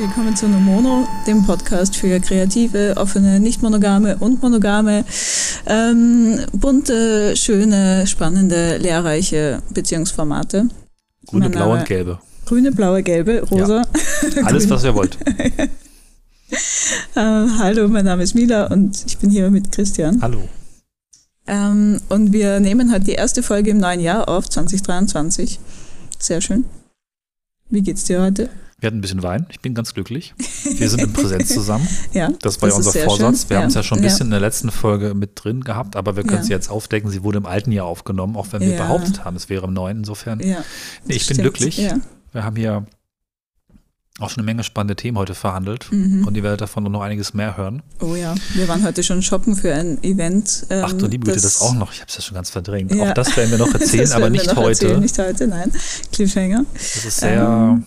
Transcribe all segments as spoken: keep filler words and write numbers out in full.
Willkommen zu Nomono, dem Podcast für kreative, offene, nicht-monogame und monogame, ähm, bunte, schöne, spannende, lehrreiche Beziehungsformate. Grüne, blaue und gelbe. Grüne, blaue, gelbe, rosa. Ja. Alles, was ihr wollt. äh, hallo, mein Name ist Mila und ich bin hier mit Christian. Hallo. Ähm, und wir nehmen heute die erste Folge im neuen Jahr auf, zwanzig dreiundzwanzig. Sehr schön. Wie geht's dir heute? Wir hatten ein bisschen Wein. Ich bin ganz glücklich. Wir sind in Präsenz zusammen. Ja, das war ja unser Vorsatz. Schön. Wir ja. haben es ja schon ein bisschen ja. in der letzten Folge mit drin gehabt, aber wir können es ja. jetzt aufdecken. Sie wurde im alten Jahr aufgenommen, auch wenn wir ja. behauptet haben, es wäre im neuen. Insofern, ja, nee, ich bin stimmt. glücklich. Ja. Wir haben hier auch schon eine Menge spannende Themen heute verhandelt mhm. und ihr werdet davon noch einiges mehr hören. Oh ja, wir waren heute schon shoppen für ein Event. Ähm, Ach du liebe Güte, das, das auch noch. Ich habe es ja schon ganz verdrängt. Ja. Auch das werden wir noch erzählen, aber nicht noch heute. Erzählen, nicht heute, nein. Cliffhanger. Das ist sehr... Ähm,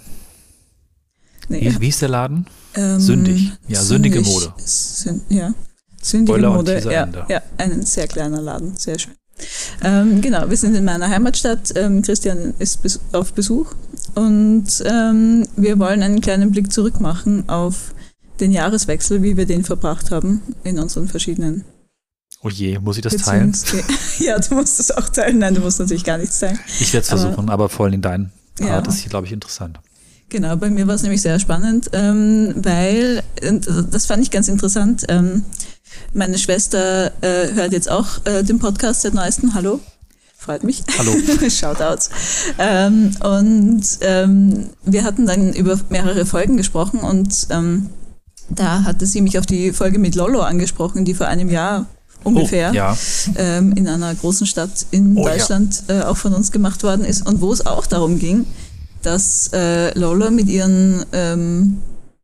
nee. wie, wie ist der Laden? Ähm, Sündig. Ja, sündig, sündige Mode. Sünd, ja, sündige Spoiler Mode. und Ja, Ende. ja, ein sehr kleiner Laden, sehr schön. Ähm, genau, wir sind in meiner Heimatstadt. Ähm, Christian ist bes- auf Besuch und ähm, wir wollen einen kleinen Blick zurück machen auf den Jahreswechsel, wie wir den verbracht haben in unseren verschiedenen Oh je, muss ich das teilen? Beziehungs- Ja, du musst es auch teilen. Nein, du musst natürlich gar nichts teilen. Ich werde es versuchen, aber vor allem dein Part Ja. ist hier, glaube ich, interessant. Genau, bei mir war es nämlich sehr spannend, ähm, weil, und das fand ich ganz interessant, ähm, meine Schwester äh, hört jetzt auch äh, den Podcast seit neuestem. Hallo, freut mich. Hallo. Shoutouts. Ähm, und ähm, wir hatten dann über mehrere Folgen gesprochen und ähm, da hatte sie mich auf die Folge mit Lollo angesprochen, die vor einem Jahr ungefähr Oh, ja. ähm, in einer großen Stadt in Oh, Deutschland ja. äh, auch von uns gemacht worden ist und wo es auch darum ging, dass äh, Lola mit ihren ähm,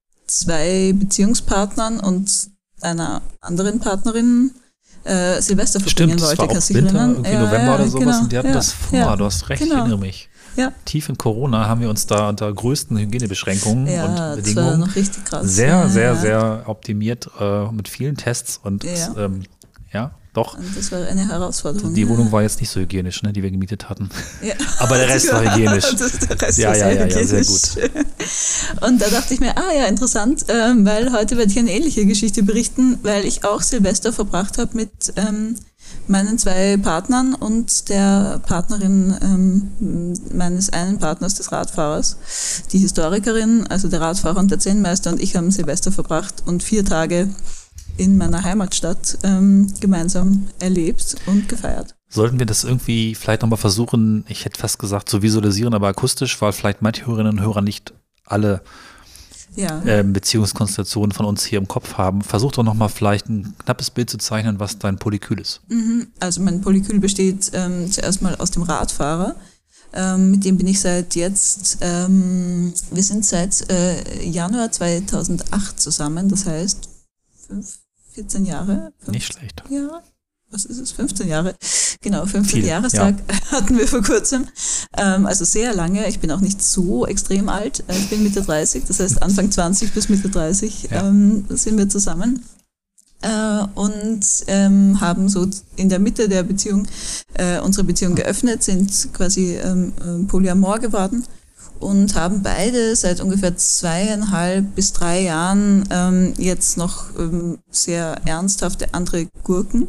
zwei Beziehungspartnern und einer anderen Partnerin äh, Silvester verbringen Stimmt, wollte. das war auch Kannst du dich Winter, erinnern? irgendwie Ja, November ja, oder sowas genau, und die hatten ja, das vor, ja, du hast recht, genau. ich erinnere mich. Ja. Tief in Corona haben wir uns da unter größten Hygienebeschränkungen Ja, und das war Bedingungen noch richtig krass. sehr, ja, sehr, ja. sehr optimiert äh, mit vielen Tests und Ja. ähm, ja, doch. Und das war eine Herausforderung. Die ja. Wohnung war jetzt nicht so hygienisch, ne, die wir gemietet hatten. Ja. Aber der Rest war hygienisch. Das, der Rest Ja, war ja, sehr ja, ja, sehr hygienisch. Und da dachte ich mir, ah ja, interessant, ähm, weil heute werde ich eine ähnliche Geschichte berichten, weil ich auch Silvester verbracht habe mit ähm, meinen zwei Partnern und der Partnerin ähm, meines einen Partners, des Radfahrers. Die Historikerin, also der Radfahrer und der Zen-Meister und ich haben Silvester verbracht und vier Tage in meiner Heimatstadt ähm, gemeinsam erlebt und gefeiert. Sollten wir das irgendwie vielleicht nochmal versuchen, ich hätte fast gesagt, zu visualisieren, aber akustisch, weil vielleicht manche Hörerinnen und Hörer nicht alle Ja. äh, Beziehungskonstellationen von uns hier im Kopf haben. Versuch doch nochmal vielleicht ein knappes Bild zu zeichnen, was dein Polykül ist. Mhm. Also mein Polykül besteht ähm, zuerst mal aus dem Radfahrer. Ähm, mit dem bin ich seit jetzt, ähm, wir sind seit äh, Januar zweitausendacht zusammen, das heißt fünf, vierzehn Jahre. fünfzehn Nicht schlecht. Jahre? Was ist es? fünfzehn Jahre. Genau, fünfzehn Viel, Jahrestag ja. hatten wir vor kurzem. Ähm, also sehr lange. Ich bin auch nicht so extrem alt. Ich bin Mitte dreißig, das heißt Anfang zwanzig bis Mitte dreißig ja. ähm, sind wir zusammen. Äh, und ähm, haben so in der Mitte der Beziehung äh, unsere Beziehung geöffnet, sind quasi ähm, polyamor geworden und haben beide seit ungefähr zweieinhalb bis drei Jahren ähm, jetzt noch ähm, sehr ernsthafte andere Gurken.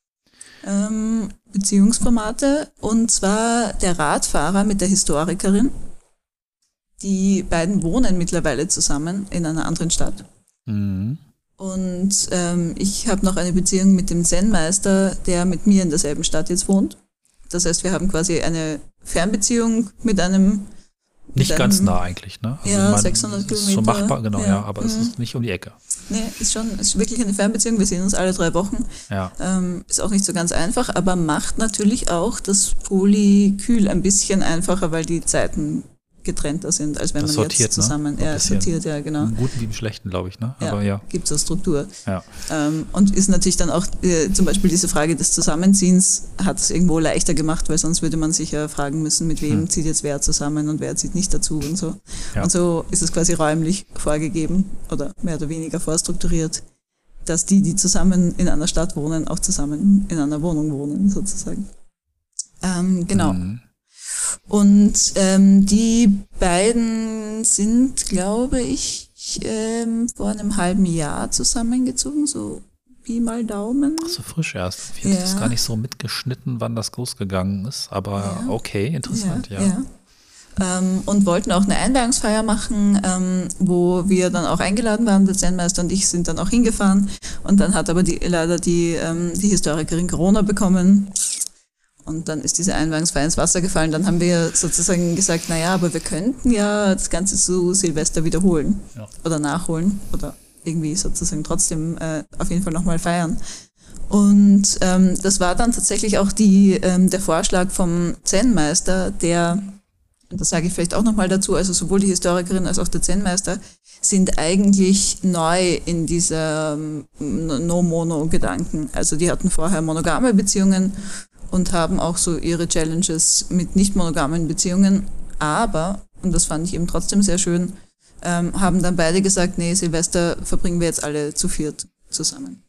Ähm, Beziehungsformate, und zwar der Radfahrer mit der Historikerin. Die beiden wohnen mittlerweile zusammen in einer anderen Stadt. Mhm. Und ähm, ich habe noch eine Beziehung mit dem Zen-Meister, der mit mir in derselben Stadt jetzt wohnt. Das heißt, wir haben quasi eine Fernbeziehung mit einem... Nicht mit ganz einem, nah eigentlich, ne? Also ja, man, sechshundert ist Kilometer. schon machbar, genau, ja, ja aber es mhm. ist nicht um die Ecke. Nee, ist schon, ist wirklich eine Fernbeziehung. Wir sehen uns alle drei Wochen. Ja. Ähm, ist auch nicht so ganz einfach, aber macht natürlich auch das Polykül ein bisschen einfacher, weil die Zeiten getrennter sind, als wenn Das man sortiert, jetzt zusammen, ne? ja, sortiert, ja, genau. Im Guten wie im Schlechten, glaube ich, ne? Ja, Aber ja. gibt es eine Struktur. Ja. Ähm, und ist natürlich dann auch äh, zum Beispiel diese Frage des Zusammenziehens hat es irgendwo leichter gemacht, weil sonst würde man sich ja fragen müssen, mit wem hm. zieht jetzt wer zusammen und wer zieht nicht dazu und so. Ja. Und so ist es quasi räumlich vorgegeben oder mehr oder weniger vorstrukturiert, dass die, die zusammen in einer Stadt wohnen, auch zusammen in einer Wohnung wohnen, sozusagen. Ähm, genau. Hm. Und ähm, die beiden sind, glaube ich, ähm, vor einem halben Jahr zusammengezogen, so Pi mal Daumen. Ach so frisch erst. Ich hätte Ja. das gar nicht so mitgeschnitten, wann das losgegangen ist, aber Ja. okay, interessant, ja. Ja, ja. Ähm, und wollten auch eine Einweihungsfeier machen, ähm, wo wir dann auch eingeladen waren. Der Zen-Meister und ich sind dann auch hingefahren. Und dann hat aber die, leider die, ähm, die Historikerin Corona bekommen. Und dann ist diese Einweihungsfeier ins Wasser gefallen. Dann haben wir sozusagen gesagt, naja, aber wir könnten ja das Ganze zu Silvester wiederholen Ja. oder nachholen oder irgendwie sozusagen trotzdem äh, auf jeden Fall nochmal feiern. Und ähm, das war dann tatsächlich auch die, ähm, der Vorschlag vom Zen-Meister, der, das sage ich vielleicht auch nochmal dazu, also sowohl die Historikerin als auch der Zen-Meister sind eigentlich neu in dieser ähm, No-Mono-Gedanken. Also die hatten vorher monogame Beziehungen und haben auch so ihre Challenges mit nicht monogamen Beziehungen. Aber, und das fand ich eben trotzdem sehr schön, ähm, haben dann beide gesagt, nee, Silvester verbringen wir jetzt alle zu viert zusammen.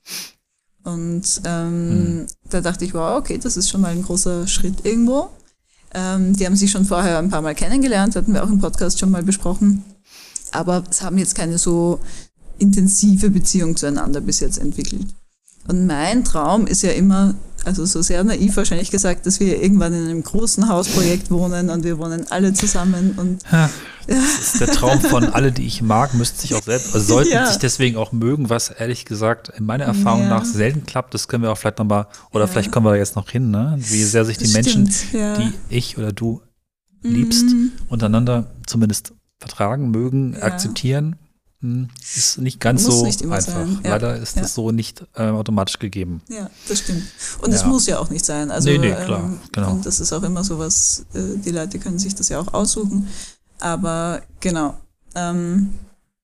Und ähm, mhm. da dachte ich, wow, okay, das ist schon mal ein großer Schritt irgendwo. Ähm, die haben sich schon vorher ein paar Mal kennengelernt, hatten wir auch im Podcast schon mal besprochen. Aber es haben jetzt keine so intensive Beziehung zueinander bis jetzt entwickelt. Und mein Traum ist ja immer, also so sehr naiv wahrscheinlich gesagt, dass wir irgendwann in einem großen Hausprojekt wohnen und wir wohnen alle zusammen. Und ja, das ist der Traum von alle, die ich mag, müssten sich auch selbst, also sollten ja. sich deswegen auch mögen, was ehrlich gesagt in meiner Erfahrung ja. nach selten klappt. Das können wir auch vielleicht nochmal, oder ja. vielleicht kommen wir jetzt noch hin, ne? Wie sehr sich die das Menschen, stimmt, ja. die ich oder du liebst, mhm. untereinander zumindest vertragen, mögen, ja. akzeptieren. Ist nicht ganz muss so nicht immer einfach. sein. Ja. Leider ist ja. das so nicht äh, automatisch gegeben. Ja, das stimmt. Und es ja. muss ja auch nicht sein. Also, nee, nee, klar, ähm, genau. Und das ist auch immer so was, äh, die Leute können sich das ja auch aussuchen. Aber genau. Ähm,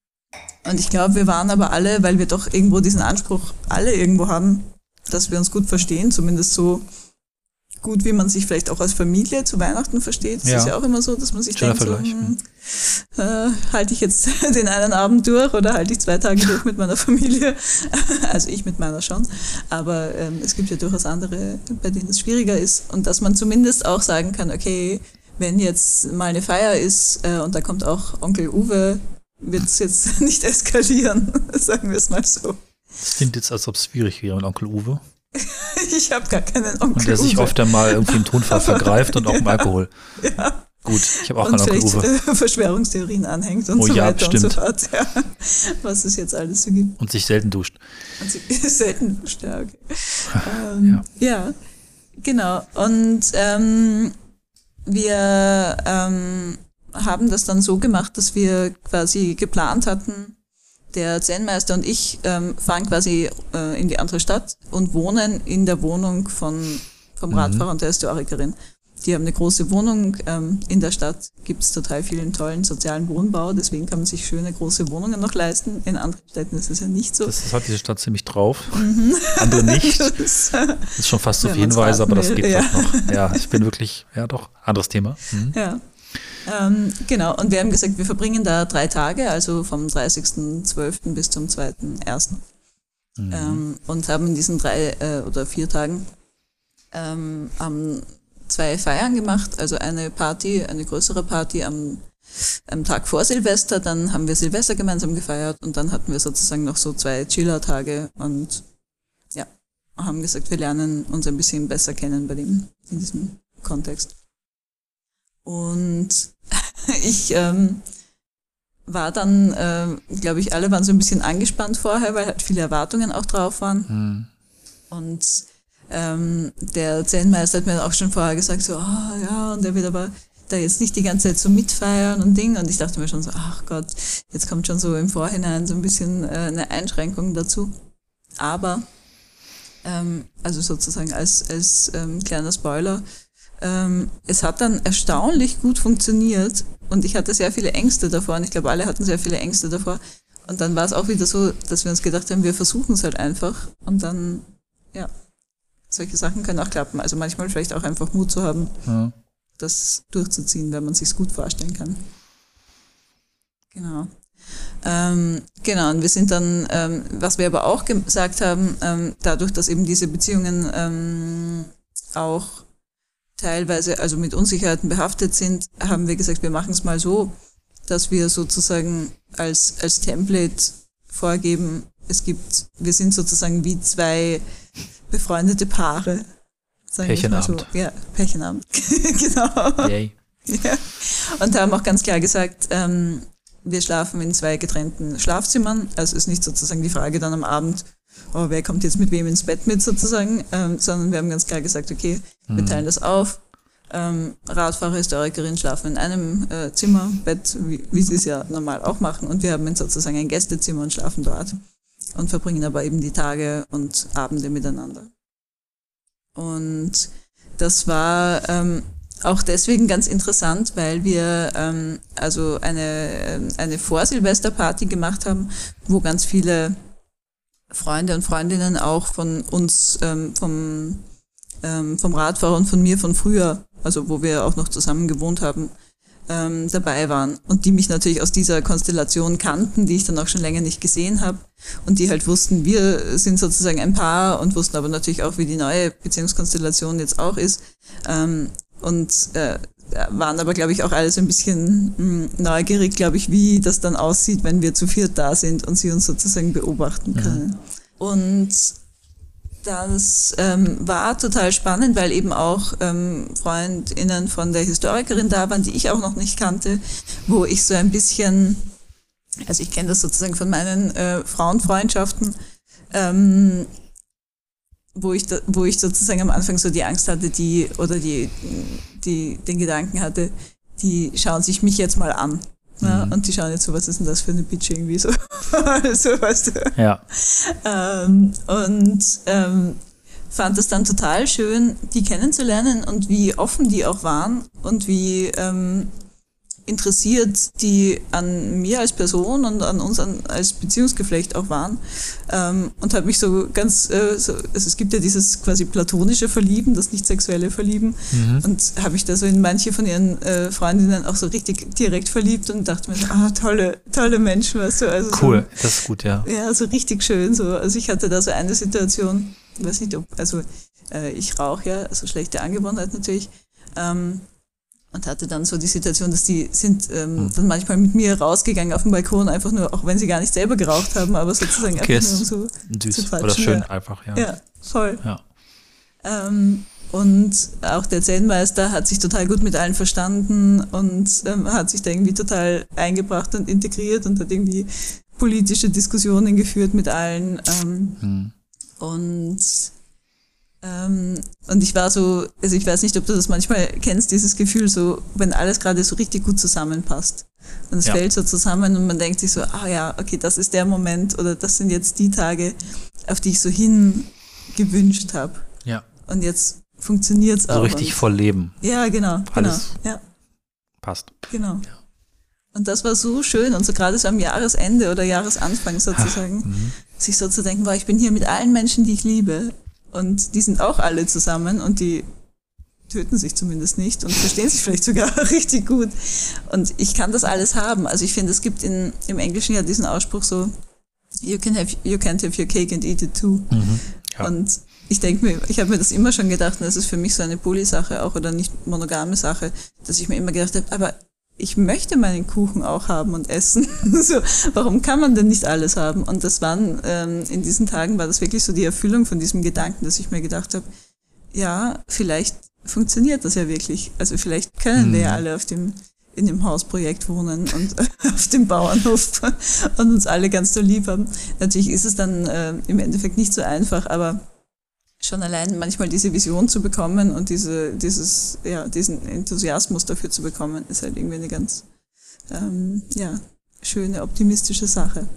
und ich glaube, wir waren aber alle, weil wir doch irgendwo diesen Anspruch alle irgendwo haben, dass wir uns gut verstehen, zumindest so gut, wie man sich vielleicht auch als Familie zu Weihnachten versteht. Das ja. ist ja auch immer so, dass man sich Schöner denkt, so, Vergleich. hm, äh, halte ich jetzt den einen Abend durch oder halte ich zwei Tage durch mit meiner Familie? Also ich mit meiner schon. Aber ähm, es gibt ja durchaus andere, bei denen es schwieriger ist. Und dass man zumindest auch sagen kann, okay, wenn jetzt mal eine Feier ist äh, und da kommt auch Onkel Uwe, wird es jetzt nicht eskalieren, sagen wir es mal so. Das klingt jetzt, als ob es schwierig wäre mit Onkel Uwe. Ich habe gar keinen Onkel Uwe. Und der sich Uwe. oft einmal irgendwie im Tonfall vergreift und auch im Alkohol. Ja. Gut, ich habe auch und keinen Onkel vielleicht Uwe. Verschwörungstheorien anhängt und Oh so ja, weiter stimmt. und so fort. Ja. Was es jetzt alles so gibt. Und sich selten duscht. Und sie ist selten stark. ähm, ja. ja, genau. Und ähm, wir ähm, haben das dann so gemacht, dass wir quasi geplant hatten, der Zen-Meister und ich ähm, fahren quasi äh, in die andere Stadt und wohnen in der Wohnung von, vom Radfahrer mhm. und der Historikerin. Die haben eine große Wohnung ähm, in der Stadt, gibt es total vielen tollen sozialen Wohnbau, deswegen kann man sich schöne große Wohnungen noch leisten. In anderen Städten ist es ja nicht so. Das hat diese Stadt ziemlich drauf, mhm. andere nicht. Das ist schon fast so viel Hinweise, aber das geht ja. noch. Ja, ich bin wirklich, ja doch, anderes Thema. Mhm. Ja. Ähm, genau, und wir haben gesagt, wir verbringen da drei Tage, also vom dreißigsten zwölften bis zum zweiten ersten Mhm. Ähm, und haben in diesen drei äh, oder vier Tagen ähm, haben zwei Feiern gemacht, also eine Party, eine größere Party am, am Tag vor Silvester, dann haben wir Silvester gemeinsam gefeiert und dann hatten wir sozusagen noch so zwei Chiller-Tage und ja, haben gesagt, wir lernen uns ein bisschen besser kennen bei dem, in diesem Kontext. Und ich ähm, war dann, äh, glaube ich, alle waren so ein bisschen angespannt vorher, weil halt viele Erwartungen auch drauf waren. Mhm. Und ähm, der Zen-Meister hat mir auch schon vorher gesagt, so, ah oh, ja, und er wird aber da jetzt nicht die ganze Zeit so mitfeiern und Ding. Und ich dachte mir schon so, ach Gott, jetzt kommt schon so im Vorhinein so ein bisschen äh, eine Einschränkung dazu. Aber, ähm, also sozusagen als, als ähm, kleiner Spoiler, Ähm, es hat dann erstaunlich gut funktioniert und ich hatte sehr viele Ängste davor und ich glaube, alle hatten sehr viele Ängste davor. Und dann war es auch wieder so, dass wir uns gedacht haben, wir versuchen es halt einfach und dann, ja, solche Sachen können auch klappen. Also manchmal vielleicht auch einfach Mut zu haben, ja. das durchzuziehen, wenn man es sich gut vorstellen kann. Genau. Ähm, genau, und wir sind dann, ähm, was wir aber auch gesagt haben, ähm, dadurch, dass eben diese Beziehungen ähm, auch teilweise also mit Unsicherheiten behaftet sind, haben wir gesagt, wir machen es mal so, dass wir sozusagen als, als Template vorgeben, es gibt, wir sind sozusagen wie zwei befreundete Paare. Pärchenabend. So. Ja, Pärchenabend. Genau. Yay. Ja. Und haben auch ganz klar gesagt, ähm, wir schlafen in zwei getrennten Schlafzimmern. Also ist nicht sozusagen die Frage dann am Abend, oh, wer kommt jetzt mit wem ins Bett mit sozusagen, ähm, sondern wir haben ganz klar gesagt, okay, wir teilen das auf. Ähm, Radfahrer, Historikerin schlafen in einem äh, Zimmer, Bett, wie, wie sie es ja normal auch machen. Und wir haben sozusagen ein Gästezimmer und schlafen dort. Und verbringen aber eben die Tage und Abende miteinander. Und das war ähm, auch deswegen ganz interessant, weil wir ähm, also eine, eine Vorsilvesterparty gemacht haben, wo ganz viele Freunde und Freundinnen auch von uns, ähm, vom, ähm, vom Radfahrer und von mir von früher, also wo wir auch noch zusammen gewohnt haben, ähm, dabei waren. Und die mich natürlich aus dieser Konstellation kannten, die ich dann auch schon länger nicht gesehen habe. Und die halt wussten, wir sind sozusagen ein Paar und wussten aber natürlich auch, wie die neue Beziehungskonstellation jetzt auch ist. Ähm, und äh, waren aber, glaube ich, auch alle so ein bisschen mh, neugierig, glaube ich, wie das dann aussieht, wenn wir zu viert da sind und sie uns sozusagen beobachten können. Mhm. Und das ähm, war total spannend, weil eben auch ähm, FreundInnen von der Historikerin da waren, die ich auch noch nicht kannte, wo ich so ein bisschen, also ich kenne das sozusagen von meinen äh, Frauenfreundschaften, ähm, wo ich da, wo ich sozusagen am Anfang so die Angst hatte, die oder die die den Gedanken hatte, die schauen sich mich jetzt mal an. Ja, mhm. Und die schauen jetzt so, was ist denn das für eine Bitch irgendwie so. So, weißt du. Ja. Ähm, und ähm, fand es dann total schön, die kennenzulernen und wie offen die auch waren und wie ähm, interessiert die an mir als Person und an uns an, als Beziehungsgeflecht auch waren. Ähm, und habe mich so ganz, äh, so, also es gibt ja dieses quasi platonische Verlieben, das nicht sexuelle Verlieben. Mhm. Und habe mich da so in manche von ihren äh, Freundinnen auch so richtig direkt verliebt und dachte mir so, ah, tolle, tolle Menschen, weißt du. Also cool, so, das ist gut, ja. Ja, so richtig schön. So. Also ich hatte da so eine Situation, weiß nicht ob, also äh, ich rauche ja, also schlechte Angewohnheit natürlich, ähm, und hatte dann so die Situation, dass die sind ähm, hm. dann manchmal mit mir rausgegangen auf den Balkon, einfach nur, auch wenn sie gar nicht selber geraucht haben, aber sozusagen okay, einfach nur um so süß zu quatschen. Oder schön ja. einfach, ja. Ja, voll. Ja. Ähm, und auch der Zen-Meister hat sich total gut mit allen verstanden und ähm, hat sich da irgendwie total eingebracht und integriert und hat irgendwie politische Diskussionen geführt mit allen. Ähm, hm. Und Ähm, und ich war so, also ich weiß nicht, ob du das manchmal kennst, dieses Gefühl so, wenn alles gerade so richtig gut zusammenpasst. Und es ja. fällt so zusammen und man denkt sich so, ah ja, okay, das ist der Moment oder das sind jetzt die Tage, auf die ich so hingewünscht habe. Ja. Und jetzt funktioniert es auch. So richtig voll Leben. Ja, genau. Alles genau, ja. passt. Genau. Ja. Und das war so schön und so gerade so am Jahresende oder Jahresanfang sozusagen, Ach, sich so zu denken, boah, ich bin hier mit allen Menschen, die ich liebe. Und die sind auch alle zusammen und die töten sich zumindest nicht und verstehen sich vielleicht sogar richtig gut. Und ich kann das alles haben. Also ich finde, es gibt in, im Englischen ja diesen Ausspruch so, you can have, you can't have your cake and eat it too. Mhm, ja. Und ich denke mir, ich habe mir das immer schon gedacht, und das ist für mich so eine Poly-Sache auch oder nicht monogame Sache, dass ich mir immer gedacht habe, aber ich möchte meinen Kuchen auch haben und essen. So, warum kann man denn nicht alles haben? Und das waren, ähm, in diesen Tagen war das wirklich so die Erfüllung von diesem Gedanken, dass ich mir gedacht habe, ja, vielleicht funktioniert das ja wirklich. Also vielleicht können mhm. wir ja alle auf dem, in dem Hausprojekt wohnen und auf dem Bauernhof und uns alle ganz so lieb haben. Natürlich ist es dann äh, im Endeffekt nicht so einfach, aber schon allein manchmal diese Vision zu bekommen und diese, dieses, ja, diesen Enthusiasmus dafür zu bekommen, ist halt irgendwie eine ganz, ähm, ja, schöne, optimistische Sache.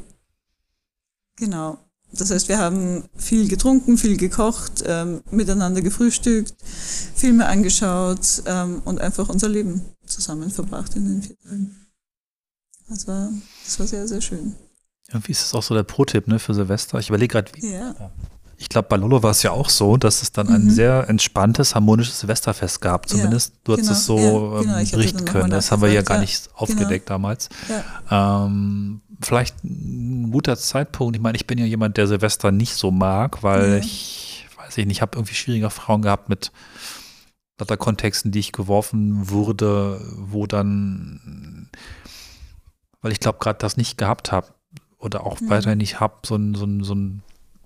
Genau. Das heißt, wir haben viel getrunken, viel gekocht, ähm, miteinander gefrühstückt, Filme angeschaut ähm, und einfach unser Leben zusammen verbracht in den vier Tagen. Das war, das war sehr, sehr schön. Irgendwie ist es auch so der Pro-Tipp, ne, für Silvester. Ich überlege gerade, wie. Ja. Ich glaube, bei Lolo war es ja auch so, dass es dann mhm. ein sehr entspanntes, harmonisches Silvesterfest gab. Zumindest, ja, du hast genau, es so ja, genau, ähm, berichten können. Das haben wir ja gar ja, nicht aufgedeckt genau. damals. Ja. Ähm, vielleicht ein guter Zeitpunkt. Ich meine, ich bin ja jemand, der Silvester nicht so mag, weil ja. ich, weiß ich nicht, ich habe irgendwie schwierige Frauen gehabt mit lauter Kontexten, die ich geworfen wurde, wo dann weil ich glaube, gerade das nicht gehabt habe oder auch mhm. weiterhin nicht habe, so ein, so ein, so ein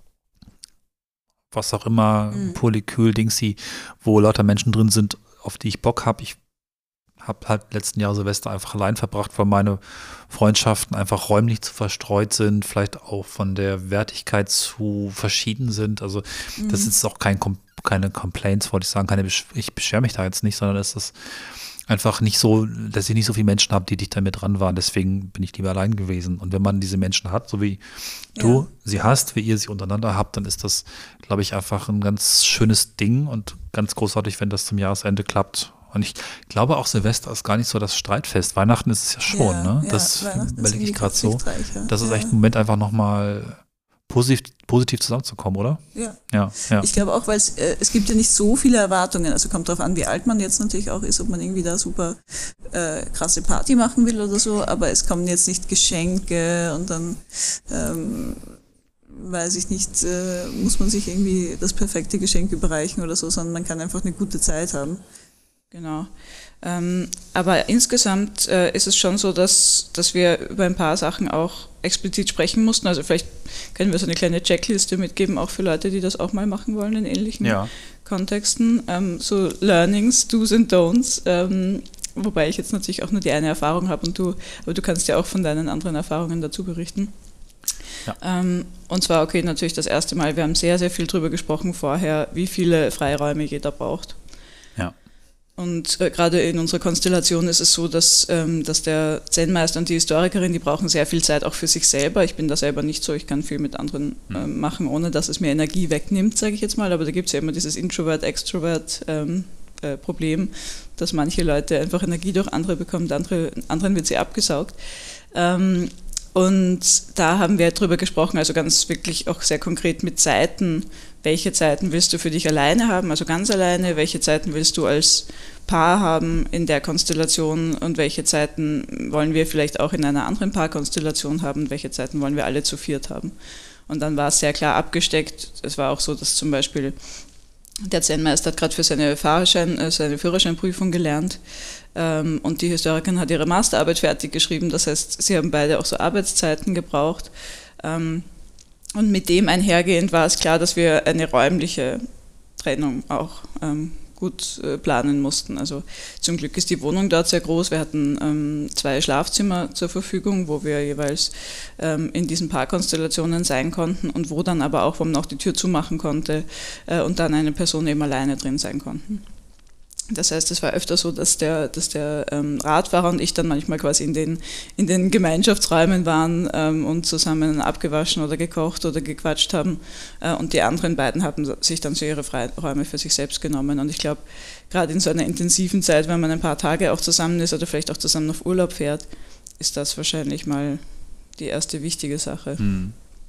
was auch immer, mhm. Polykül-Dingsy, wo lauter Menschen drin sind, auf die ich Bock habe. Ich habe halt letzten Jahr Silvester einfach allein verbracht, weil meine Freundschaften einfach räumlich zu verstreut sind, vielleicht auch von der Wertigkeit zu verschieden sind. Also mhm. das ist auch kein, keine Complaints, wollte ich sagen, keine, ich beschwere mich da jetzt nicht, sondern es ist einfach nicht so, dass ich nicht so viele Menschen habe, die dicht damit dran waren. Deswegen bin ich lieber allein gewesen. Und wenn man diese Menschen hat, so wie du ja. sie hast, wie ihr sie untereinander habt, dann ist das, glaube ich, einfach ein ganz schönes Ding und ganz großartig, wenn das zum Jahresende klappt. Und ich glaube auch, Silvester ist gar nicht so das Streitfest. Weihnachten ist es ja schon, ja, ne? Das ja, überlege ich gerade so. Das ist ja. echt ein Moment, einfach nochmal positiv, positiv zusammenzukommen, oder? Ja. ja, ja. Ich glaube auch, weil es, äh, es gibt ja nicht so viele Erwartungen. Also kommt darauf an, wie alt man jetzt natürlich auch ist, ob man irgendwie da super äh, krasse Party machen will oder so. Aber es kommen jetzt nicht Geschenke und dann ähm, weiß ich nicht, äh, muss man sich irgendwie das perfekte Geschenk überreichen oder so, sondern man kann einfach eine gute Zeit haben. Genau. Ähm, aber insgesamt äh, ist es schon so, dass, dass wir über ein paar Sachen auch explizit sprechen mussten. Also vielleicht können wir so eine kleine Checkliste mitgeben, auch für Leute, die das auch mal machen wollen in ähnlichen ja. Kontexten. Ähm, so Learnings, Do's and Don'ts. Ähm, wobei ich jetzt natürlich auch nur die eine Erfahrung habe und du, aber du kannst ja auch von deinen anderen Erfahrungen dazu berichten. Ja. Ähm, und zwar, okay, natürlich das erste Mal, wir haben sehr, sehr viel drüber gesprochen vorher, wie viele Freiräume jeder braucht. Ja. Und äh, gerade in unserer Konstellation ist es so, dass, ähm, dass der Zen-Meister und die Historikerin, die brauchen sehr viel Zeit auch für sich selber. Ich bin da selber nicht so, ich kann viel mit anderen äh, machen, ohne dass es mir Energie wegnimmt, sage ich jetzt mal. Aber da gibt es ja immer dieses Introvert-Extrovert-Problem, ähm, äh, dass manche Leute einfach Energie durch andere bekommen, andere, anderen wird sie abgesaugt. Ähm, und da haben wir drüber gesprochen, also ganz wirklich auch sehr konkret mit Zeiten. Welche Zeiten willst du für dich alleine haben, also ganz alleine? Welche Zeiten willst du als Paar haben in der Konstellation? Und welche Zeiten wollen wir vielleicht auch in einer anderen Paarkonstellation haben? Welche Zeiten wollen wir alle zu viert haben? Und dann war es sehr klar abgesteckt. Es war auch so, dass zum Beispiel der Zen-Meister hat gerade für seine Fahrschein, seine Führerscheinprüfung gelernt ähm, und die Historikerin hat ihre Masterarbeit fertig geschrieben. Das heißt, sie haben beide auch so Arbeitszeiten gebraucht. Ähm, Und mit dem einhergehend war es klar, dass wir eine räumliche Trennung auch ähm, gut äh, planen mussten. Also zum Glück ist die Wohnung dort sehr groß. Wir hatten ähm, zwei Schlafzimmer zur Verfügung, wo wir jeweils ähm, in diesen Paarkonstellationen sein konnten und wo dann aber auch, wo man auch die Tür zumachen konnte äh, und dann eine Person eben alleine drin sein konnten. Das heißt, es war öfter so, dass der, dass der ähm, Radfahrer und ich dann manchmal quasi in den, in den Gemeinschaftsräumen waren ähm, und zusammen abgewaschen oder gekocht oder gequatscht haben. Äh, und die anderen beiden haben sich dann so ihre Freiräume für sich selbst genommen. Und ich glaube, gerade in so einer intensiven Zeit, wenn man ein paar Tage auch zusammen ist oder vielleicht auch zusammen auf Urlaub fährt, ist das wahrscheinlich mal die erste wichtige Sache. Mhm.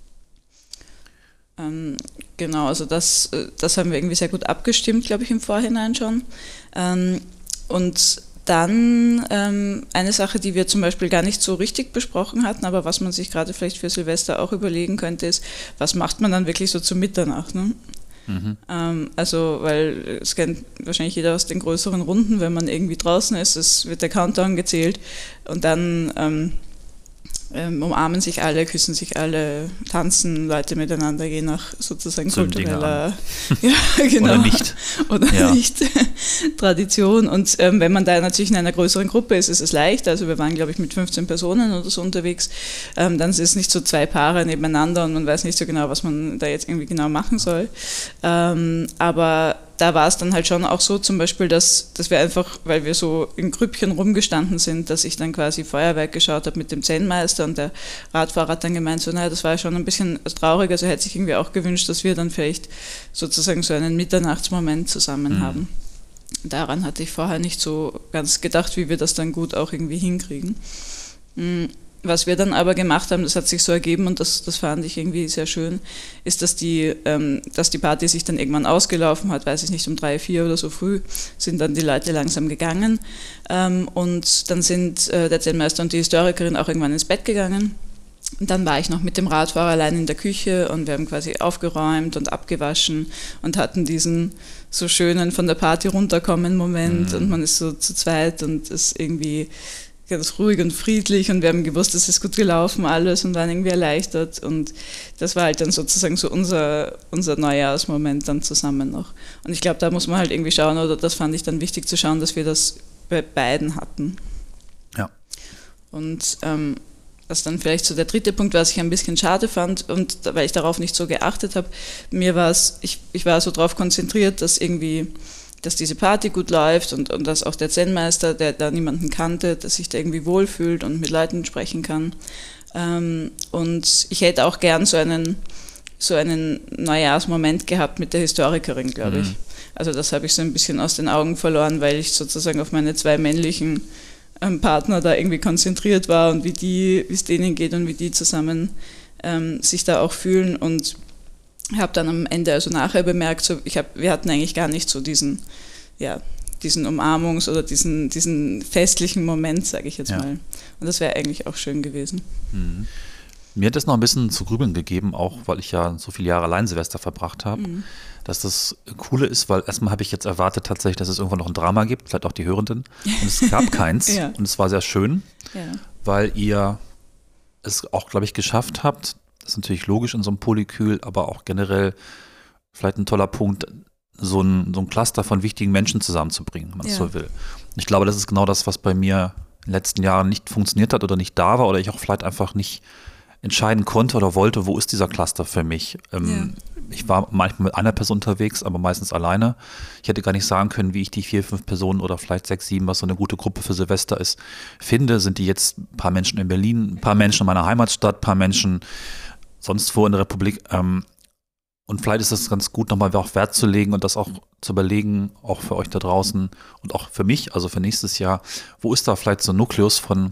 Ähm, genau, also das, das haben wir irgendwie sehr gut abgestimmt, glaube ich, im Vorhinein schon. Ähm, und dann ähm, eine Sache, die wir zum Beispiel gar nicht so richtig besprochen hatten, aber was man sich gerade vielleicht für Silvester auch überlegen könnte, ist, was macht man dann wirklich so zu Mitternacht, ne? Mhm. Ähm, also, weil es kennt wahrscheinlich jeder aus den größeren Runden, wenn man irgendwie draußen ist, es wird der Countdown gezählt und dann ähm, Ähm, umarmen sich alle, küssen sich alle, tanzen Leute miteinander, je nach sozusagen so kultureller ja, genau. oder nicht, oder ja. nicht Tradition. Und ähm, wenn man da natürlich in einer größeren Gruppe ist, ist es leicht. Also wir waren, glaube ich, mit fünfzehn Personen oder so unterwegs. Ähm, dann ist es nicht so zwei Paare nebeneinander und man weiß nicht so genau, was man da jetzt irgendwie genau machen soll. Ähm, aber da war es dann halt schon auch so zum Beispiel, dass, dass wir einfach, weil wir so in Grüppchen rumgestanden sind, dass ich dann quasi Feuerwerk geschaut habe mit dem Zen-Meister und der Radfahrer hat dann gemeint, so naja, das war schon ein bisschen traurig, also hätte sich irgendwie auch gewünscht, dass wir dann vielleicht sozusagen so einen Mitternachtsmoment zusammen mhm. haben. Daran hatte ich vorher nicht so ganz gedacht, wie wir das dann gut auch irgendwie hinkriegen. Mhm. Was wir dann aber gemacht haben, das hat sich so ergeben und das, das fand ich irgendwie sehr schön, ist, dass die, ähm, dass die Party sich dann irgendwann ausgelaufen hat, weiß ich nicht, um drei, vier oder so früh, sind dann die Leute langsam gegangen ähm, und dann sind äh, der Zen-Meister und die Historikerin auch irgendwann ins Bett gegangen. Und dann war ich noch mit dem Radfahrer allein in der Küche und wir haben quasi aufgeräumt und abgewaschen und hatten diesen so schönen von der Party runterkommen Moment mhm. und man ist so zu zweit und ist irgendwie ganz ruhig und friedlich und wir haben gewusst, es ist gut gelaufen alles und waren irgendwie erleichtert und das war halt dann sozusagen so unser, unser Neujahrsmoment dann zusammen noch. Und ich glaube, da muss man halt irgendwie schauen, oder das fand ich dann wichtig zu schauen, dass wir das bei beiden hatten. Ja. Und ähm, was dann vielleicht so der dritte Punkt, was ich ein bisschen schade fand und weil ich darauf nicht so geachtet habe, mir war es, ich, ich war so darauf konzentriert, dass irgendwie dass diese Party gut läuft und, und dass auch der Zen-Meister, der da niemanden kannte, dass sich da irgendwie wohlfühlt und mit Leuten sprechen kann. Ähm, und ich hätte auch gern so einen, so einen Neujahrsmoment gehabt mit der Historikerin, glaube ich. Mhm. Also das habe ich so ein bisschen aus den Augen verloren, weil ich sozusagen auf meine zwei männlichen ähm, Partner da irgendwie konzentriert war und wie die, wie es denen geht und wie die zusammen ähm, sich da auch fühlen und Ich habe dann am Ende, also nachher bemerkt, so, ich hab, wir hatten eigentlich gar nicht so diesen, ja, diesen Umarmungs- oder diesen, diesen festlichen Moment, sage ich jetzt ja. mal. Und das wäre eigentlich auch schön gewesen. Mhm. Mir hat das noch ein bisschen zu grübeln gegeben, auch weil ich ja so viele Jahre allein Silvester verbracht habe, mhm. dass das Coole ist, weil erstmal habe ich jetzt erwartet tatsächlich, dass es irgendwann noch ein Drama gibt, vielleicht auch die Hörenden. Und es gab keins ja. und es war sehr schön, ja. weil ihr es auch, glaube ich, geschafft habt. Das ist natürlich logisch in so einem Polykül, aber auch generell vielleicht ein toller Punkt, so ein, so ein Cluster von wichtigen Menschen zusammenzubringen, wenn man es ja. so will. Und ich glaube, das ist genau das, was bei mir in den letzten Jahren nicht funktioniert hat oder nicht da war oder ich auch vielleicht einfach nicht entscheiden konnte oder wollte, wo ist dieser Cluster für mich. Ähm, ja. Ich war manchmal mit einer Person unterwegs, aber meistens alleine. Ich hätte gar nicht sagen können, wie ich die vier, fünf Personen oder vielleicht sechs, sieben, was so eine gute Gruppe für Silvester ist, finde. Sind die jetzt ein paar Menschen in Berlin, ein paar Menschen in meiner Heimatstadt, ein paar Menschen sonst wo in der Republik. Ähm, und vielleicht ist es ganz gut, nochmal auch Wert zu legen und das auch zu überlegen, auch für euch da draußen und auch für mich, also für nächstes Jahr, wo ist da vielleicht so ein Nukleus von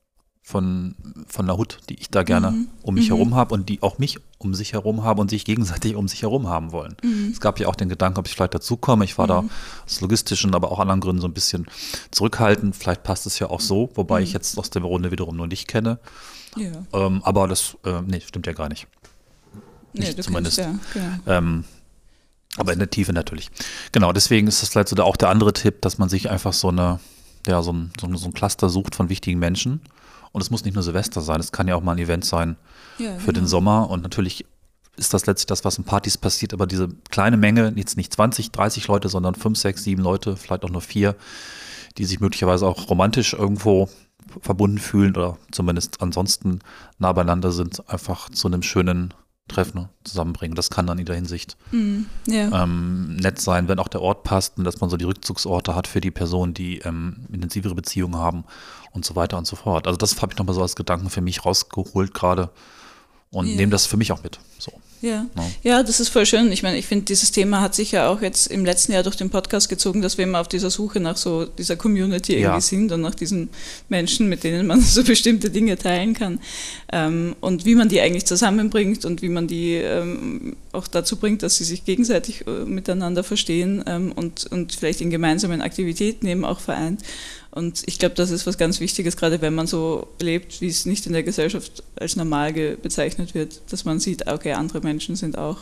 von, von der Hut, die ich da gerne mhm. um mich mhm. herum habe und die auch mich um sich herum haben und sich gegenseitig um sich herum haben wollen. Mhm. Es gab ja auch den Gedanken, ob ich vielleicht dazukomme. Ich war mhm. da aus logistischen, aber auch anderen Gründen so ein bisschen zurückhaltend. Vielleicht passt es ja auch so, wobei mhm. ich jetzt aus der Runde wiederum nur dich kenne. Ja. Ähm, aber das, äh, nee, stimmt ja gar nicht. Nicht nee, zumindest. Kennst, ja, genau. ähm, aber in der Tiefe natürlich. Genau, deswegen ist das vielleicht so auch der andere Tipp, dass man sich einfach so eine, ja, so ein, so ein Cluster sucht von wichtigen Menschen. Und es muss nicht nur Silvester sein, es kann ja auch mal ein Event sein ja, für genau. den Sommer. Und natürlich ist das letztlich das, was in Partys passiert, aber diese kleine Menge, jetzt nicht zwanzig, dreißig Leute, sondern fünf, sechs, sieben Leute, vielleicht auch nur vier, die sich möglicherweise auch romantisch irgendwo verbunden fühlen oder zumindest ansonsten nah beieinander sind, einfach zu einem schönen Treffen zusammenbringen. Das kann dann in jeder Hinsicht mm, yeah. ähm, nett sein, wenn auch der Ort passt und dass man so die Rückzugsorte hat für die Personen, die ähm, intensivere Beziehungen haben und so weiter und so fort. Also das habe ich nochmal so als Gedanken für mich rausgeholt gerade und yeah. nehme das für mich auch mit. So. Ja. No. ja, das ist voll schön. Ich meine, ich finde, dieses Thema hat sich ja auch jetzt im letzten Jahr durch den Podcast gezogen, dass wir immer auf dieser Suche nach so dieser Community irgendwie ja. sind und nach diesen Menschen, mit denen man so bestimmte Dinge teilen kann. Ähm, und wie man die eigentlich zusammenbringt und wie man die ähm, auch dazu bringt, dass sie sich gegenseitig äh, miteinander verstehen ähm, und, und vielleicht in gemeinsamen Aktivitäten eben auch vereint. Und ich glaube, das ist was ganz Wichtiges, gerade wenn man so lebt, wie es nicht in der Gesellschaft als normal bezeichnet wird, dass man sieht, okay, andere Menschen sind auch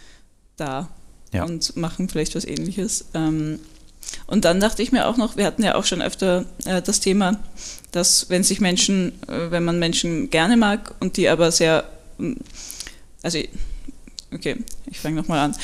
da ja. und machen vielleicht was Ähnliches. Und dann dachte ich mir auch noch, wir hatten ja auch schon öfter das Thema, dass wenn sich Menschen, wenn man Menschen gerne mag und die aber sehr, also okay, ich fange nochmal an.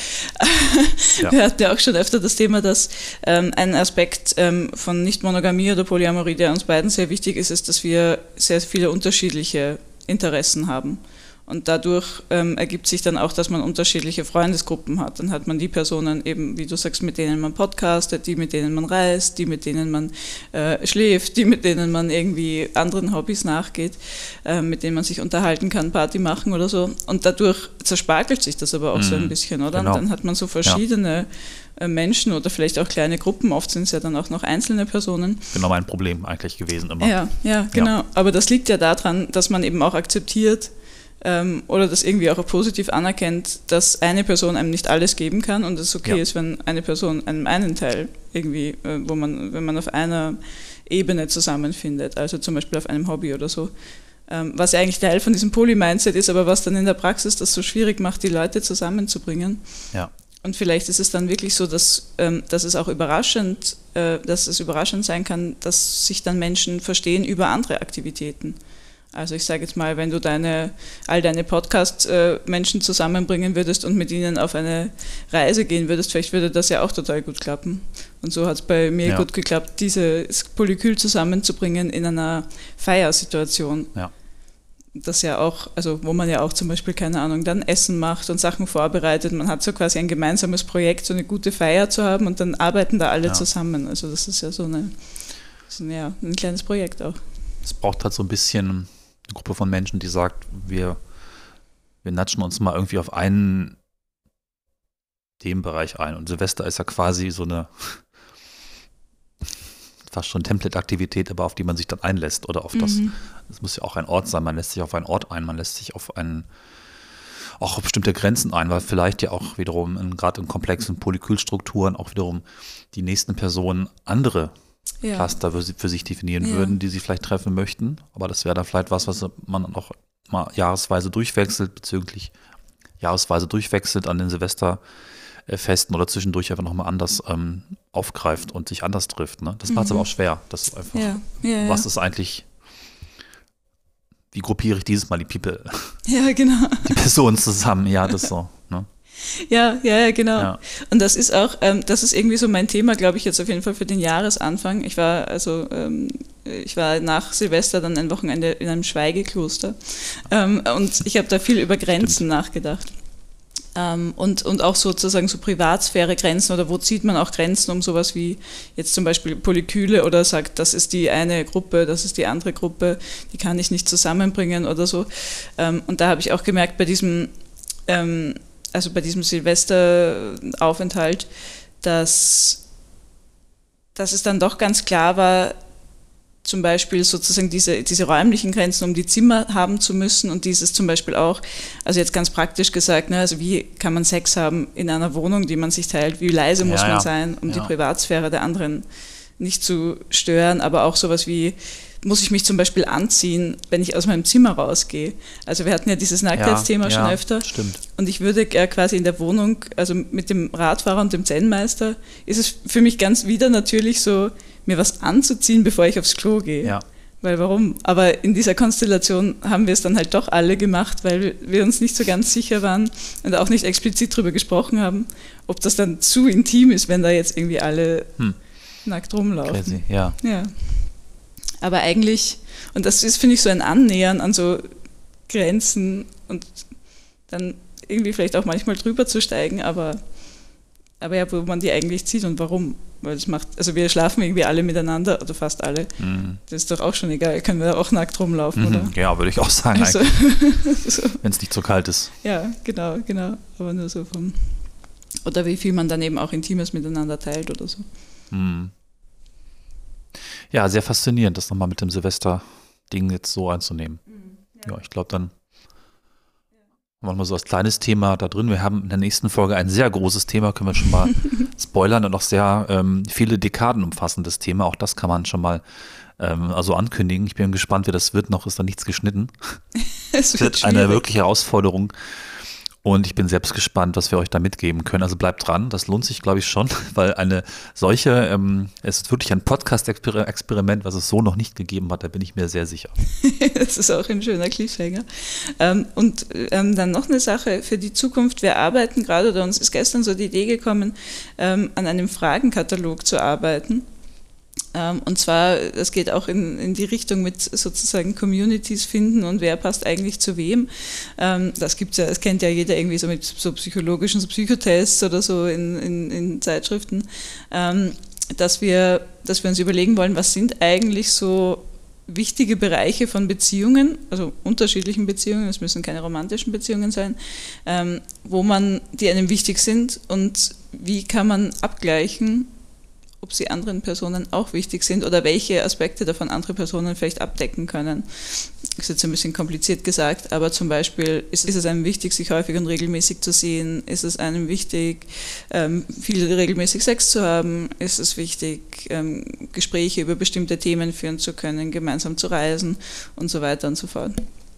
Ja. Wir hatten ja auch schon öfter das Thema, dass ähm, ein Aspekt ähm, von Nicht-Monogamie oder Polyamorie, der uns beiden sehr wichtig ist, ist, dass wir sehr viele unterschiedliche Interessen haben. Und dadurch ähm, ergibt sich dann auch, dass man unterschiedliche Freundesgruppen hat. Dann hat man die Personen eben, wie du sagst, mit denen man podcastet, die mit denen man reist, die mit denen man äh, schläft, die mit denen man irgendwie anderen Hobbys nachgeht, äh, mit denen man sich unterhalten kann, Party machen oder so. Und dadurch zersparkelt sich das aber auch mhm. so ein bisschen, oder? Genau. Und dann hat man so verschiedene ja. Menschen oder vielleicht auch kleine Gruppen, oft sind es ja dann auch noch einzelne Personen. Genau mein Problem eigentlich gewesen immer. Ja, ja, genau. Ja. Aber das liegt ja daran, dass man eben auch akzeptiert, oder das irgendwie auch positiv anerkennt, dass eine Person einem nicht alles geben kann und es okay ja. ist, wenn eine Person einem einen Teil irgendwie, wo man, wenn man auf einer Ebene zusammenfindet, also zum Beispiel auf einem Hobby oder so, was ja eigentlich Teil von diesem Poly-Mindset ist, aber was dann in der Praxis das so schwierig macht, die Leute zusammenzubringen. Ja. Und vielleicht ist es dann wirklich so, dass, ähm, dass es auch überraschend, äh, dass es überraschend sein kann, dass sich dann Menschen verstehen über andere Aktivitäten. Also ich sage jetzt mal, wenn du deine, all deine Podcast-Menschen zusammenbringen würdest und mit ihnen auf eine Reise gehen würdest, vielleicht würde das ja auch total gut klappen. Und so hat es bei mir ja. gut geklappt, dieses Polykül zusammenzubringen in einer Feiersituation. Ja. Das ja auch, also wo man ja auch zum Beispiel, keine Ahnung, dann Essen macht und Sachen vorbereitet. Man hat so quasi ein gemeinsames Projekt, so eine gute Feier zu haben und dann arbeiten da alle ja. zusammen. Also das ist ja so, eine, so eine, ja, ein kleines Projekt auch. Es braucht halt so ein bisschen eine Gruppe von Menschen, die sagt, wir, wir natschen uns mal irgendwie auf einen Themenbereich ein. Und Silvester ist ja quasi so eine fast schon Template-Aktivität, aber auf die man sich dann einlässt oder auf das, mhm. das muss ja auch ein Ort sein, man lässt sich auf einen Ort ein, man lässt sich auf einen, auch auf bestimmte Grenzen ein, weil vielleicht ja auch wiederum gerade in komplexen Polykülstrukturen auch wiederum die nächsten Personen andere ja. Cluster für, für sich definieren ja. würden, die sie vielleicht treffen möchten, aber das wäre dann vielleicht was, was man auch mal jahresweise durchwechselt, bezüglich jahresweise durchwechselt an den Silvesterfesten oder zwischendurch einfach nochmal anders ähm, aufgreift und sich anders trifft. Ne? Das mhm. macht es aber auch schwer. Das ist einfach, ja. Ja, was ja. ist eigentlich, wie gruppiere ich dieses Mal die People, ja, genau. die Personen zusammen? Ja, das so. Ne? Ja, ja, ja, genau. Ja. Und das ist auch, ähm, das ist irgendwie so mein Thema, glaube ich, jetzt auf jeden Fall für den Jahresanfang. Ich war also, ähm, ich war nach Silvester dann ein Wochenende in einem Schweigekloster ähm, und ich habe da viel über Grenzen Stimmt. nachgedacht. Ähm, und, und auch sozusagen so Privatsphäre-Grenzen oder wo zieht man auch Grenzen um sowas wie jetzt zum Beispiel Polyküle oder sagt, das ist die eine Gruppe, das ist die andere Gruppe, die kann ich nicht zusammenbringen oder so. Ähm, und da habe ich auch gemerkt bei diesem ähm, also bei diesem Silvesteraufenthalt, dass, dass es dann doch ganz klar war, zum Beispiel sozusagen diese, diese räumlichen Grenzen, um die Zimmer haben zu müssen und dieses zum Beispiel auch, also jetzt ganz praktisch gesagt, ne, also wie kann man Sex haben in einer Wohnung, die man sich teilt, wie leise muss ja, man ja. sein, um ja. die Privatsphäre der anderen nicht zu stören, aber auch sowas wie, muss ich mich zum Beispiel anziehen, wenn ich aus meinem Zimmer rausgehe. Also wir hatten ja dieses Nacktheitsthema ja, schon ja, öfter. Stimmt. Und ich würde ja quasi in der Wohnung, also mit dem Radfahrer und dem Zen-Meister, ist es für mich ganz wieder natürlich so, mir was anzuziehen, bevor ich aufs Klo gehe. Ja. Weil warum? Aber in dieser Konstellation haben wir es dann halt doch alle gemacht, weil wir uns nicht so ganz sicher waren und auch nicht explizit darüber gesprochen haben, ob das dann zu intim ist, wenn da jetzt irgendwie alle hm. nackt rumlaufen. Crazy, ja. Ja. Aber eigentlich, und das ist, finde ich, so ein Annähern an so Grenzen und dann irgendwie vielleicht auch manchmal drüber zu steigen, aber, aber ja, wo man die eigentlich zieht und warum. Weil es macht, also wir schlafen irgendwie alle miteinander, oder fast alle. Mhm. Das ist doch auch schon egal, können wir auch nackt rumlaufen, mhm. oder? Ja, würde ich auch sagen, also, so. wenn es nicht so kalt ist. Ja, genau, genau. Aber nur so vom, oder wie viel man dann eben auch Intimes miteinander teilt oder so. Mhm. Ja, sehr faszinierend, das nochmal mit dem Silvester-Ding jetzt so einzunehmen. Mhm, ja. ja, ich glaube, dann haben wir mal so als kleines Thema da drin. Wir haben in der nächsten Folge ein sehr großes Thema, können wir schon mal spoilern, und auch sehr ähm, viele Dekaden umfassendes Thema. Auch das kann man schon mal ähm, also ankündigen. Ich bin gespannt, wie das wird. Noch ist da nichts geschnitten. Es wird, wird eine wirkliche Herausforderung. Und ich bin selbst gespannt, was wir euch da mitgeben können. Also bleibt dran, das lohnt sich, glaube ich, schon, weil eine solche, ähm, es ist wirklich ein Podcast-Experiment, was es so noch nicht gegeben hat, da bin ich mir sehr sicher. Das ist auch ein schöner Cliffhanger. Ähm, und ähm, dann noch eine Sache für die Zukunft. Wir arbeiten gerade, oder uns ist gestern so die Idee gekommen, ähm, an einem Fragenkatalog zu arbeiten. Und zwar, das geht auch in, in die Richtung mit sozusagen Communities finden und wer passt eigentlich zu wem. Das gibt's ja, das kennt ja jeder irgendwie so mit so psychologischen so Psychotests oder so in, in, in Zeitschriften, dass wir, dass wir uns überlegen wollen, was sind eigentlich so wichtige Bereiche von Beziehungen, also unterschiedlichen Beziehungen, es müssen keine romantischen Beziehungen sein, wo man, die einem wichtig sind und wie kann man abgleichen, ob sie anderen Personen auch wichtig sind oder welche Aspekte davon andere Personen vielleicht abdecken können. Das ist jetzt ein bisschen kompliziert gesagt, aber zum Beispiel ist es einem wichtig, sich häufig und regelmäßig zu sehen? Ist es einem wichtig, viel regelmäßig Sex zu haben? Ist es wichtig, Gespräche über bestimmte Themen führen zu können, gemeinsam zu reisen und so weiter und so fort?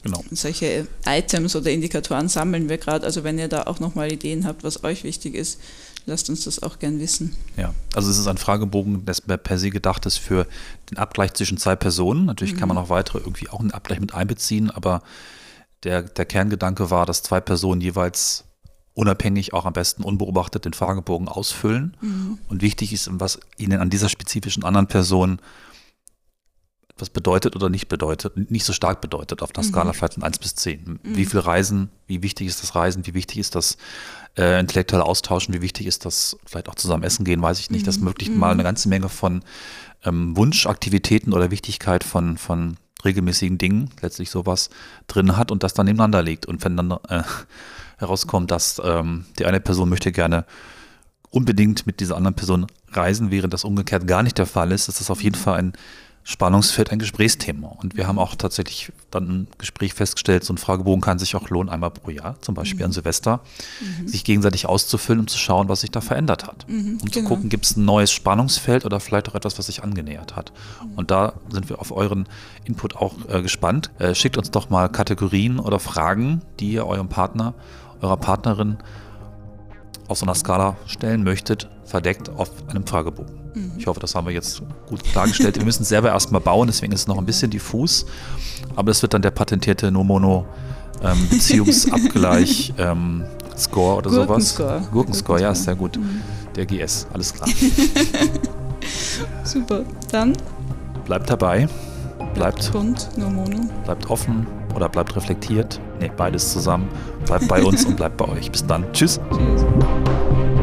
Genau. Solche Items oder Indikatoren sammeln wir gerade. Also wenn ihr da auch nochmal Ideen habt, was euch wichtig ist, lasst uns das auch gern wissen. Ja, also es ist ein Fragebogen, das per se gedacht ist für den Abgleich zwischen zwei Personen. Natürlich mhm. kann man auch weitere irgendwie auch einen Abgleich mit einbeziehen, aber der, der Kerngedanke war, dass zwei Personen jeweils unabhängig, auch am besten unbeobachtet, den Fragebogen ausfüllen. Mhm. Und wichtig ist, was ihnen an dieser spezifischen anderen Person was bedeutet oder nicht bedeutet, nicht so stark bedeutet auf einer mhm. Skala vielleicht von eins bis zehn. Mhm. Wie viel Reisen, wie wichtig ist das Reisen, wie wichtig ist das äh, intellektuelle Austauschen, wie wichtig ist das vielleicht auch zusammen essen gehen, weiß ich nicht. Mhm. Das möglichst mhm. mal eine ganze Menge von ähm, Wunschaktivitäten oder Wichtigkeit von, von regelmäßigen Dingen, letztlich sowas drin hat und das dann nebeneinander liegt. Und wenn dann äh, herauskommt, dass ähm, die eine Person möchte gerne unbedingt mit dieser anderen Person reisen, während das umgekehrt gar nicht der Fall ist, ist das auf jeden Fall ein Spannungsfeld, ein Gesprächsthema. Und wir haben auch tatsächlich dann im Gespräch festgestellt, so ein Fragebogen kann sich auch lohnen, einmal pro Jahr, zum Beispiel mhm. an Silvester, mhm. sich gegenseitig auszufüllen, um zu schauen, was sich da verändert hat. Mhm, um genau. zu gucken, gibt es ein neues Spannungsfeld oder vielleicht auch etwas, was sich angenähert hat. Mhm. Und da sind wir auf euren Input auch äh, gespannt. Äh, schickt uns doch mal Kategorien oder Fragen, die ihr eurem Partner, eurer Partnerin auf so einer Skala stellen möchtet, verdeckt auf einem Fragebogen. Mhm. Ich hoffe, das haben wir jetzt gut klargestellt. Wir müssen es selber erstmal bauen, deswegen ist es noch ein bisschen diffus. Aber das wird dann der patentierte No-Mono ähm, Beziehungsabgleich ähm, Score oder Gurkenscore. sowas. Gurkenscore, ja, ist sehr gut. Mhm. Der G S, alles klar. Super, dann bleibt dabei. Bleibt bunt, No-Mono. Bleibt offen oder bleibt reflektiert. Ne, beides zusammen. Bleibt bei uns und bleibt bei euch. Bis dann. Tschüss. Tschüss.